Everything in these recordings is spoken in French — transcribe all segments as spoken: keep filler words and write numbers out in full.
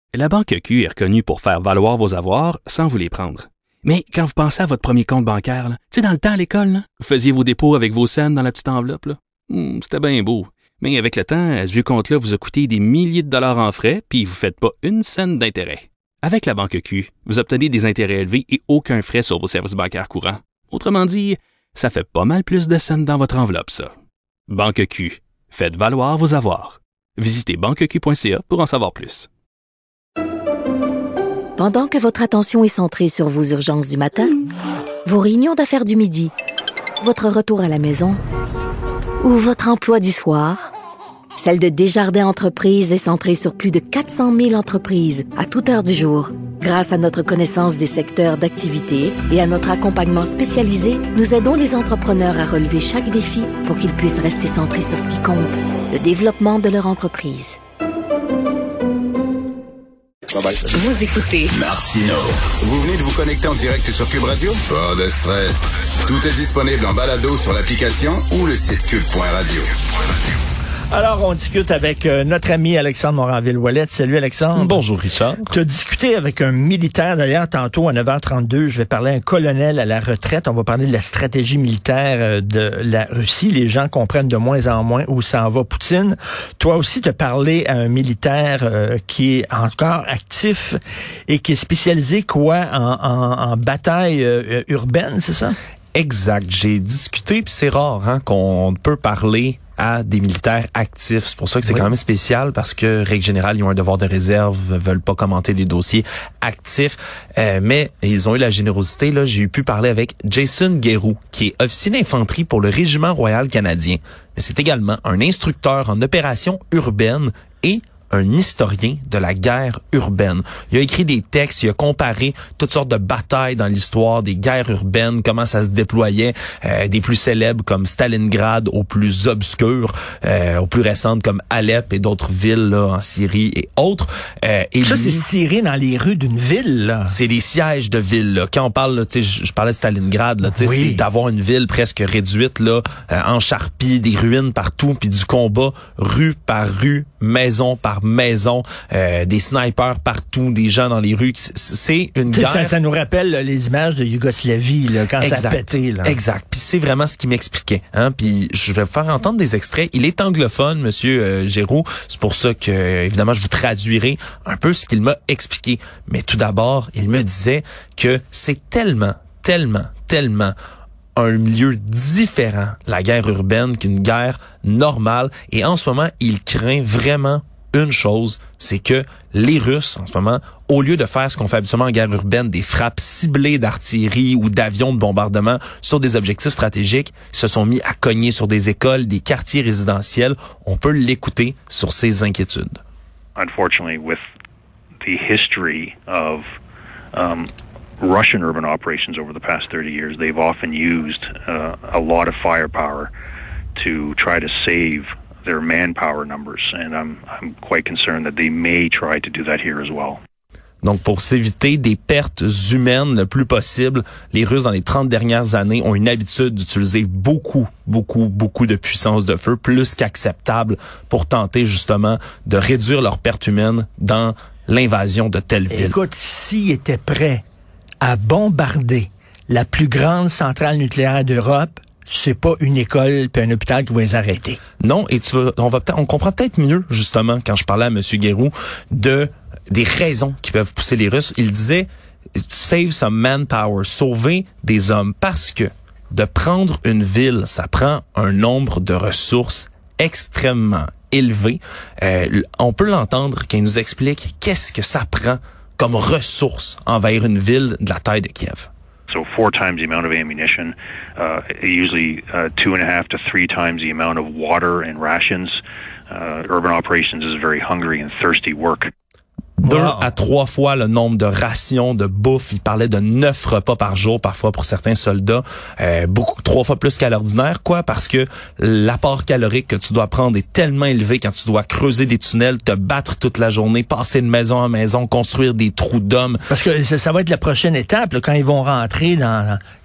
La Banque Q est reconnue pour faire valoir vos avoirs sans vous les prendre. Mais quand vous pensez à votre premier compte bancaire, tu sais, dans le temps à l'école, là, vous faisiez vos dépôts avec vos scènes dans la petite enveloppe. Là. Hum, c'était bien beau. Mais avec le temps, ce vieux compte-là vous a coûté des milliers de dollars en frais, puis vous ne faites pas une scène d'intérêt. Avec la Banque Q, vous obtenez des intérêts élevés et aucun frais sur vos services bancaires courants. Autrement dit, ça fait pas mal plus de scènes dans votre enveloppe, ça. Banque Q. Faites valoir vos avoirs. Visitez banque q point c a pour en savoir plus. Pendant que votre attention est centrée sur vos urgences du matin, vos réunions d'affaires du midi, votre retour à la maison ou votre emploi du soir, celle de Desjardins Entreprises est centrée sur plus de quatre cent mille entreprises à toute heure du jour. Grâce à notre connaissance des secteurs d'activité et à notre accompagnement spécialisé, nous aidons les entrepreneurs à relever chaque défi pour qu'ils puissent rester centrés sur ce qui compte, le développement de leur entreprise. Bye bye. Vous écoutez Martino. Vous venez de vous connecter en direct sur Cube Radio? Pas de stress. Tout est disponible en balado sur l'application ou le site cube point radio. Alors, on discute avec euh, notre ami Alexandre Moranville-Ouellette. Salut, Alexandre. Bonjour, Richard. Tu as discuté avec un militaire, d'ailleurs, tantôt à neuf heures trente-deux. Je vais parler à un colonel à la retraite. On va parler de la stratégie militaire euh, de la Russie. Les gens comprennent de moins en moins où s'en va Poutine. Toi aussi, tu as parlé à un militaire euh, qui est encore actif et qui est spécialisé, quoi, en, en, en bataille euh, urbaine, c'est ça? Exact. J'ai discuté, puis c'est rare hein, qu'on peut parler à des militaires actifs. C'est pour ça que c'est oui. quand même spécial parce que, règle générale, ils ont un devoir de réserve, veulent pas commenter les dossiers actifs. Euh, mais ils ont eu la générosité. Là, j'ai eu pu parler avec Jason Guéroux, qui est officier d'infanterie pour le Régiment Royal canadien. Mais c'est également un instructeur en opérations urbaines et un historien de la guerre urbaine. Il a écrit des textes, il a comparé toutes sortes de batailles dans l'histoire des guerres urbaines, comment ça se déployait, euh, des plus célèbres comme Stalingrad aux plus obscures, euh, aux plus récentes comme Alep et d'autres villes là, en Syrie et autres. Euh, et ça, lui, c'est se tirer dans les rues d'une ville, là. C'est les sièges de villes, là. Quand on parle, tu sais, je, je parlais de Stalingrad, là, tu sais, oui. c'est d'avoir une ville presque réduite, là, euh, en charpie, des ruines partout, puis du combat rue par rue, maison par maison, euh, des snipers partout, des gens dans les rues. C'est une T'sais, guerre. Ça, ça nous rappelle là, les images de Yougoslavie là, quand exact, ça a pété. Là. Exact. Puis c'est vraiment ce qu'il m'expliquait. Hein? Puis je vais vous faire entendre des extraits. Il est anglophone, Monsieur euh, Géroux. C'est pour ça que, euh, évidemment, je vous traduirai un peu ce qu'il m'a expliqué. Mais tout d'abord, il me disait que c'est tellement, tellement, tellement un milieu différent, la guerre urbaine, qu'une guerre normale. Et en ce moment, il craint vraiment une chose, c'est que les Russes, en ce moment, au lieu de faire ce qu'on fait habituellement en guerre urbaine, des frappes ciblées d'artillerie ou d'avions de bombardement sur des objectifs stratégiques, ils se sont mis à cogner sur des écoles, des quartiers résidentiels. On peut l'écouter sur ses inquiétudes. Unfortunately, with the history of um, Russian urban operations over the past thirty years, they've often used uh, a lot of firepower to try to save their manpower numbers, and I'm, I'm quite concerned that they may try to do that here as well. Donc, pour s'éviter des pertes humaines le plus possible, les Russes, dans les trente dernières années, ont une habitude d'utiliser beaucoup, beaucoup, beaucoup de puissance de feu, plus qu'acceptable, pour tenter justement de réduire leurs pertes humaines dans l'invasion de telles villes. Écoute, s'ils étaient prêts à bombarder la plus grande centrale nucléaire d'Europe, c'est pas une école puis un hôpital qui va les arrêter. Non, et tu vas, on va peut-être, on comprend peut-être mieux, justement, quand je parlais à M. Guéroux, de, des raisons qui peuvent pousser les Russes. Il disait, save some manpower, sauver des hommes, parce que de prendre une ville, ça prend un nombre de ressources extrêmement élevé. Euh, on peut l'entendre quand il nous explique qu'est-ce que ça prend comme ressources envers une ville de la taille de Kiev. So four times the amount of ammunition, uh, usually uh, two and a half to three times the amount of water and rations. Uh, urban operations is very hungry and thirsty work. Deux wow. à trois fois le nombre de rations de bouffe. Il parlait de neuf repas par jour, parfois pour certains soldats. Euh, beaucoup, trois fois plus qu'à l'ordinaire, quoi, parce que l'apport calorique que tu dois prendre est tellement élevé quand tu dois creuser des tunnels, te battre toute la journée, passer de maison en maison, construire des trous d'hommes. Parce que ça, ça va être la prochaine étape, là, quand ils vont rentrer dans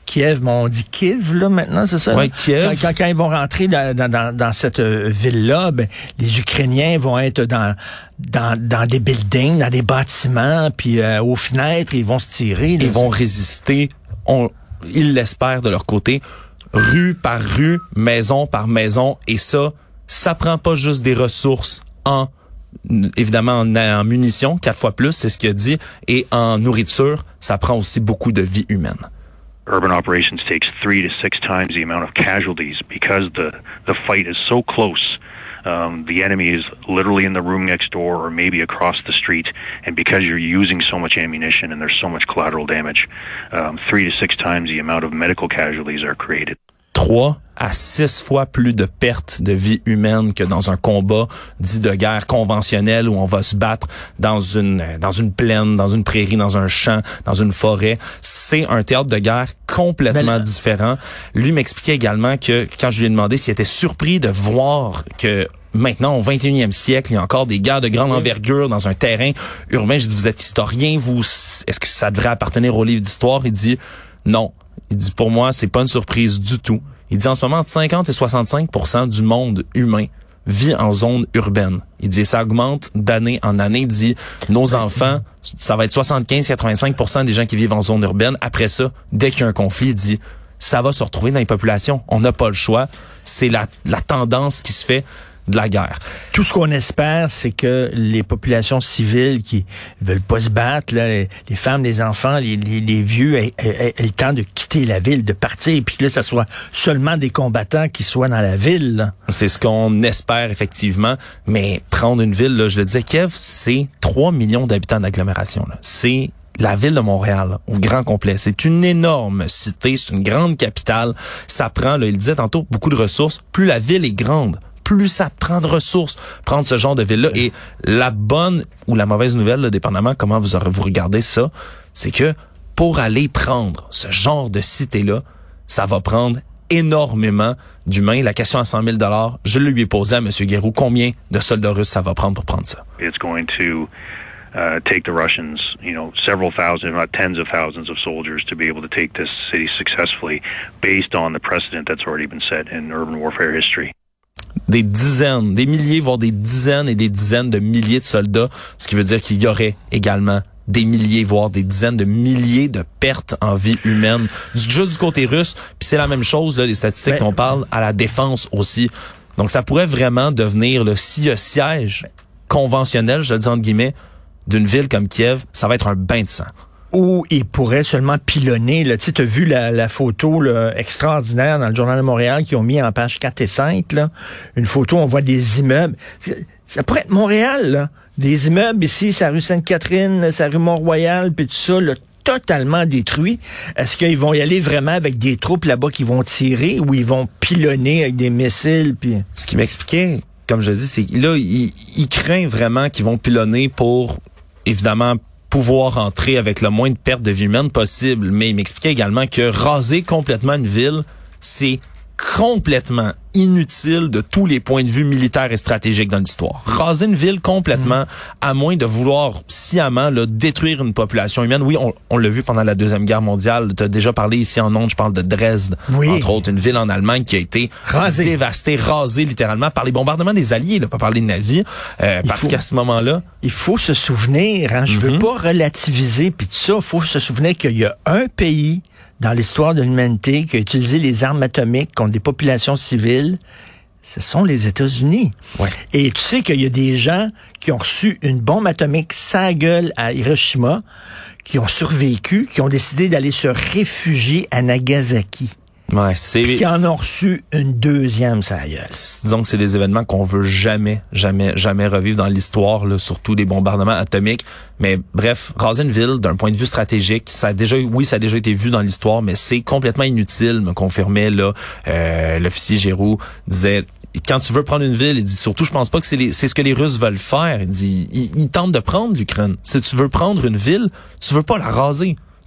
Kiev, mais on dit Kiev, là, maintenant, c'est ça? Oui, Kiev. Quand, quand, quand ils vont rentrer dans, dans, dans cette euh, ville-là, ben, les Ukrainiens vont être dans, dans, dans des buildings, dans des bâtiments, puis euh, aux fenêtres, ils vont se tirer. Là, ils vont résister, on, ils l'espèrent de leur côté, rue par rue, maison par maison, et ça, ça prend pas juste des ressources en, évidemment, en, en munitions, quatre fois plus, c'est ce qu'il a dit, et en nourriture, ça prend aussi beaucoup de vie humaine. Urban operations takes three to six times the amount of casualties because the, the fight is so close. Um, the enemy is literally in the room next door or maybe across the street, and because you're using so much ammunition and there's so much collateral damage, um, three to six times the amount of medical casualties are created. Trois à six fois plus de pertes de vie humaine que dans un combat dit de guerre conventionnel où on va se battre dans une dans une plaine, dans une prairie, dans un champ, dans une forêt. C'est un théâtre de guerre complètement ben différent. Lui m'expliquait également que quand je lui ai demandé s'il était surpris de voir que maintenant, au vingt et unième siècle, il y a encore des guerres de grande oui. envergure dans un terrain urbain. Je dis, vous êtes historien, vous, est-ce que ça devrait appartenir au livre d'histoire? Il dit, non. Il dit, pour moi, c'est pas une surprise du tout. Il dit, en ce moment, entre cinquante et soixante-cinq pour cent du monde humain vit en zone urbaine. Il dit, ça augmente d'année en année. Il dit, nos enfants, ça va être soixante-quinze à quatre-vingt-cinq pour cent des gens qui vivent en zone urbaine. Après ça, dès qu'il y a un conflit, il dit, ça va se retrouver dans les populations. On n'a pas le choix. C'est la, la tendance qui se fait de la guerre. Tout ce qu'on espère, c'est que les populations civiles qui veulent pas se battre, là, les, les femmes, les enfants, les, les, les vieux, aient, aient, aient le temps de quitter la ville, de partir, puis que là, ça soit seulement des combattants qui soient dans la ville. Là. C'est ce qu'on espère, effectivement, mais prendre une ville, là, je le disais, Kiev, c'est trois millions d'habitants d'agglomération. Là. C'est la ville de Montréal, là, au grand complet. C'est une énorme cité, c'est une grande capitale. Ça prend, là, il disait tantôt, beaucoup de ressources. Plus la ville est grande, plus ça te prend de ressources, prendre ce genre de ville-là. Et la bonne ou la mauvaise nouvelle, là, dépendamment comment vous aurez vous regardez ça, c'est que pour aller prendre ce genre de cité-là, ça va prendre énormément d'humains. La question à cent mille dollars, je lui ai posé à M. Guérou, combien de soldats russes ça va prendre pour prendre ça? It's going to uh, take the Russians, you know, several thousand, if not tens of thousands of soldiers to be able to take this city successfully based on the precedent that's already been set in urban warfare history. Des dizaines, des milliers, voire des dizaines et des dizaines de milliers de soldats, ce qui veut dire qu'il y aurait également des milliers, voire des dizaines de milliers de pertes en vie humaine, juste du côté russe. Puis c'est la même chose, là, les statistiques ouais. qu'on parle, à la défense aussi. Donc ça pourrait vraiment devenir, là, si le siège conventionnel, je le dis entre guillemets, d'une ville comme Kiev, ça va être un bain de sang. Où il pourrait seulement pilonner. Tu sais, as vu la, la photo là, extraordinaire dans le Journal de Montréal qui ont mis en page quatre et cinq. Là, une photo, on voit des immeubles. Ça pourrait être Montréal, là. Des immeubles ici, c'est la rue Sainte-Catherine, c'est la rue Mont-Royal, puis tout ça, là, totalement détruit. Est-ce qu'ils vont y aller vraiment avec des troupes là-bas qui vont tirer ou ils vont pilonner avec des missiles? Puis ce qui m'expliquait, comme je dis, c'est là, il, il craint vraiment qu'ils vont pilonner pour, évidemment, pouvoir entrer avec le moins de pertes de vie humaine possible. Mais il m'expliquait également que raser complètement une ville, c'est complètement inutile de tous les points de vue militaires et stratégiques dans l'histoire. Raser une ville complètement, mmh. à moins de vouloir sciemment là, détruire une population humaine. Oui, on, on l'a vu pendant la Deuxième Guerre mondiale. Tu as déjà parlé ici en ondes, je parle de Dresde, oui. entre autres, une ville en Allemagne qui a été rasée. dévastée, rasée littéralement par les bombardements des Alliés, là, pas parler des nazis, euh, parce faut, qu'à ce moment-là... Il faut se souvenir, hein, je mmh. veux pas relativiser, puis tout ça, il faut se souvenir qu'il y a un pays dans l'histoire de l'humanité qui a utilisé les armes atomiques contre des populations civiles, ce sont les États-Unis. Ouais. Et tu sais qu'il y a des gens qui ont reçu une bombe atomique sa gueule à Hiroshima, qui ont survécu, qui ont décidé d'aller se réfugier à Nagasaki. Ouais, c'est... Puis qui en ont reçu une deuxième sa gueule. Disons que c'est des événements qu'on veut jamais, jamais, jamais revivre dans l'histoire, là, surtout des bombardements atomiques. Mais bref, raser une ville, d'un point de vue stratégique, ça a déjà, oui, ça a déjà été vu dans l'histoire, mais c'est complètement inutile, me confirmait là euh, l'officier Giroux, disait... Quand tu veux prendre une ville, il dit surtout, je pense pas que c'est, les, c'est ce que les Russes veulent faire. Il dit, ils, ils tentent de prendre l'Ukraine. Si tu veux prendre une ville, tu veux pas la raser.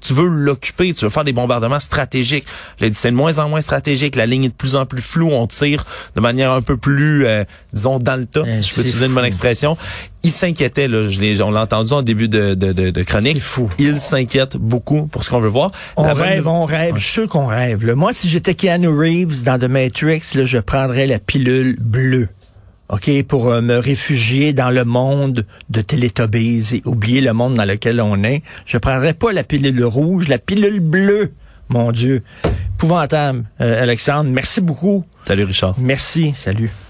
tu veux l'occuper, tu veux faire des bombardements stratégiques. Là, c'est de moins en moins stratégique, la ligne est de plus en plus floue, on tire de manière un peu plus, euh, disons, dans le tas, euh, je peux utiliser une bonne expression. Il s'inquiétait, là, je l'ai, on l'a entendu en début de, de, de, de chronique. C'est fou. Il s'inquiète beaucoup pour ce qu'on veut voir. On la rêve, bonne... on rêve, ouais. je suis sûr qu'on rêve. Là. Moi, si j'étais Keanu Reeves dans The Matrix, là, je prendrais la pilule bleue. OK, pour euh, me réfugier dans le monde de Teletubbies et oublier le monde dans lequel on est. Je prendrais pas la pilule rouge, la pilule bleue. Mon Dieu. Épouvantable. Euh, Alexandre, merci beaucoup. Salut Richard. Merci. Salut.